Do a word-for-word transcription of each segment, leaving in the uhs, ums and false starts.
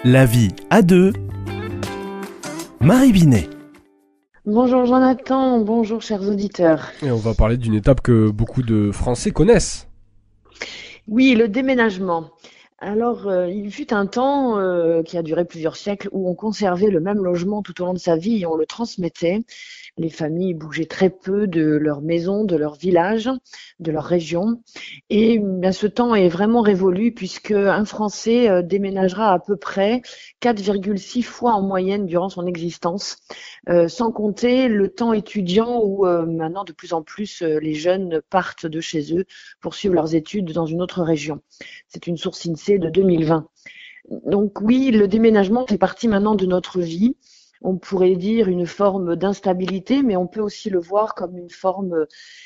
La vie à deux. Marie Binet. Bonjour Jonathan, bonjour chers auditeurs. Et on va parler d'une étape que beaucoup de Français connaissent. Oui, le déménagement. Alors, euh, il fut un temps euh, qui a duré plusieurs siècles où on conservait le même logement tout au long de sa vie et on le transmettait. Les familles bougeaient très peu de leur maison, de leur village, de leur région. Et bien, ce temps est vraiment révolu puisque un Français euh, déménagera à peu près quatre virgule six fois en moyenne durant son existence, euh, sans compter le temps étudiant où euh, maintenant de plus en plus euh, les jeunes partent de chez eux pour suivre leurs études dans une autre région. C'est une source INSEE de deux mille vingt. Donc oui, le déménagement fait partie maintenant de notre vie. On pourrait dire une forme d'instabilité, mais on peut aussi le voir comme une forme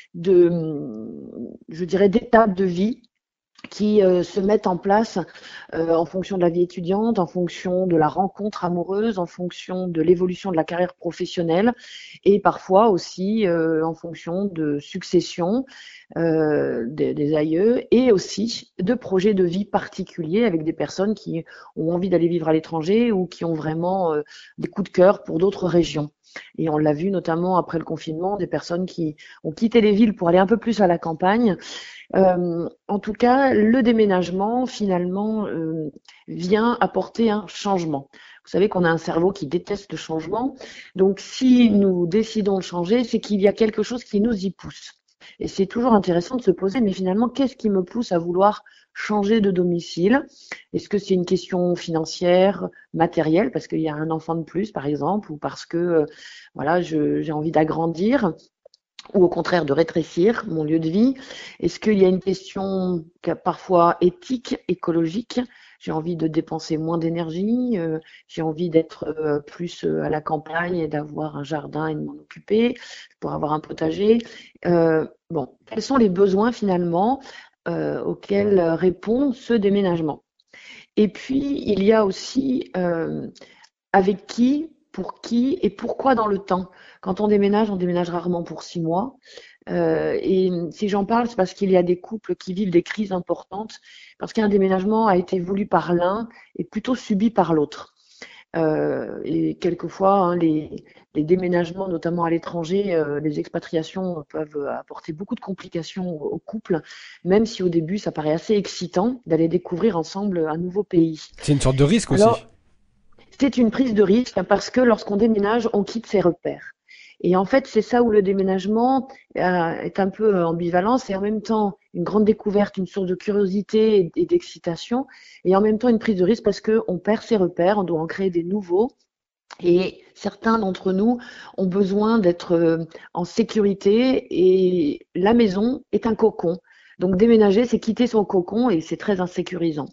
de, je dirais, d'étape de vie qui euh, se mettent en place euh, en fonction de la vie étudiante, en fonction de la rencontre amoureuse, en fonction de l'évolution de la carrière professionnelle et parfois aussi euh, en fonction de succession euh, des, des aïeux et aussi de projets de vie particuliers avec des personnes qui ont envie d'aller vivre à l'étranger ou qui ont vraiment euh, des coups de cœur pour d'autres régions. Et on l'a vu notamment après le confinement, des personnes qui ont quitté les villes pour aller un peu plus à la campagne. Euh, en tout cas, le déménagement, finalement, euh, vient apporter un changement. Vous savez qu'on a un cerveau qui déteste le changement. Donc, si nous décidons de changer, c'est qu'il y a quelque chose qui nous y pousse. Et c'est toujours intéressant de se poser, mais finalement, qu'est-ce qui me pousse à vouloir changer de domicile? Est-ce que c'est une question financière, matérielle, parce qu'il y a un enfant de plus, par exemple, ou parce que, euh, voilà, je- j'ai envie d'agrandir? Ou au contraire de rétrécir mon lieu de vie? Est-ce qu'il y a une question parfois éthique, écologique? J'ai envie de dépenser moins d'énergie, euh, j'ai envie d'être euh, plus euh, à la campagne et d'avoir un jardin et de m'en occuper, pour avoir un potager. Euh, bon, quels sont les besoins finalement euh, auxquels répond ce déménagement? Et puis, il y a aussi euh, avec qui, pour qui et pourquoi dans le temps. Quand on déménage, on déménage rarement pour six mois. Euh, et si j'en parle, c'est parce qu'il y a des couples qui vivent des crises importantes, parce qu'un déménagement a été voulu par l'un et plutôt subi par l'autre. Euh, et quelquefois, hein, les, les déménagements, notamment à l'étranger, euh, les expatriations peuvent apporter beaucoup de complications au au couple, même si au début, ça paraît assez excitant d'aller découvrir ensemble un nouveau pays. C'est une sorte de risque aussi. Alors, c'est une prise de risque parce que lorsqu'on déménage, on quitte ses repères. Et en fait, c'est ça où le déménagement euh, est un peu ambivalent. C'est en même temps une grande découverte, une source de curiosité et d'excitation, et en même temps une prise de risque parce qu'on perd ses repères, on doit en créer des nouveaux. Et certains d'entre nous ont besoin d'être euh, en sécurité et la maison est un cocon. Donc déménager, c'est quitter son cocon et c'est très insécurisant.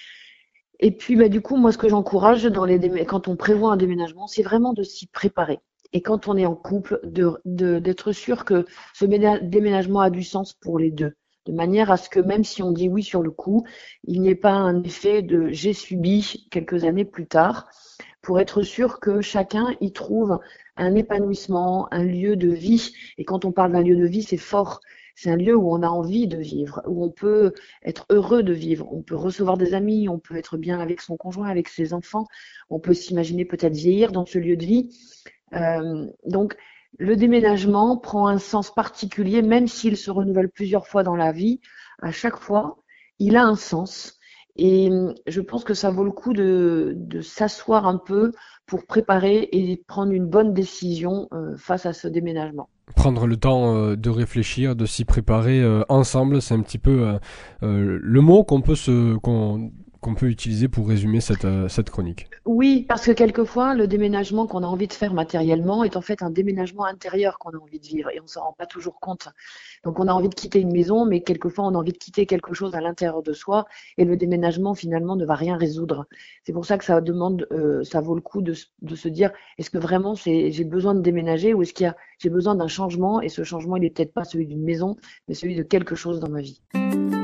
Et puis, bah, du coup, moi, ce que j'encourage dans les démé- quand on prévoit un déménagement, c'est vraiment de s'y préparer. Et quand on est en couple, de, de- d'être sûr que ce ména- déménagement a du sens pour les deux. De manière à ce que même si on dit oui sur le coup, il n'y ait pas un effet de j'ai subi quelques années plus tard, pour être sûr que chacun y trouve un épanouissement, un lieu de vie. Et quand on parle d'un lieu de vie, c'est fort. C'est un lieu où on a envie de vivre, où on peut être heureux de vivre. On peut recevoir des amis, on peut être bien avec son conjoint, avec ses enfants. On peut s'imaginer peut-être vieillir dans ce lieu de vie. Euh, donc, le déménagement prend un sens particulier, même s'il se renouvelle plusieurs fois dans la vie. À chaque fois, il a un sens. Et je pense que ça vaut le coup de, de s'asseoir un peu pour préparer et prendre une bonne décision euh, face à ce déménagement. Prendre le temps euh, de réfléchir, de s'y préparer euh, ensemble, c'est un petit peu euh, euh, le mot qu'on peut se qu'on qu'on peut utiliser pour résumer cette euh, cette chronique. Oui, parce que quelquefois, le déménagement qu'on a envie de faire matériellement est en fait un déménagement intérieur qu'on a envie de vivre et on s'en rend pas toujours compte. Donc on a envie de quitter une maison, mais quelquefois on a envie de quitter quelque chose à l'intérieur de soi et le déménagement finalement ne va rien résoudre. C'est pour ça que ça demande, euh, ça vaut le coup de, s- de se dire est-ce que vraiment c'est, j'ai besoin de déménager ou est-ce qu'il y a, j'ai besoin d'un changement et ce changement il est peut-être pas celui d'une maison, mais celui de quelque chose dans ma vie.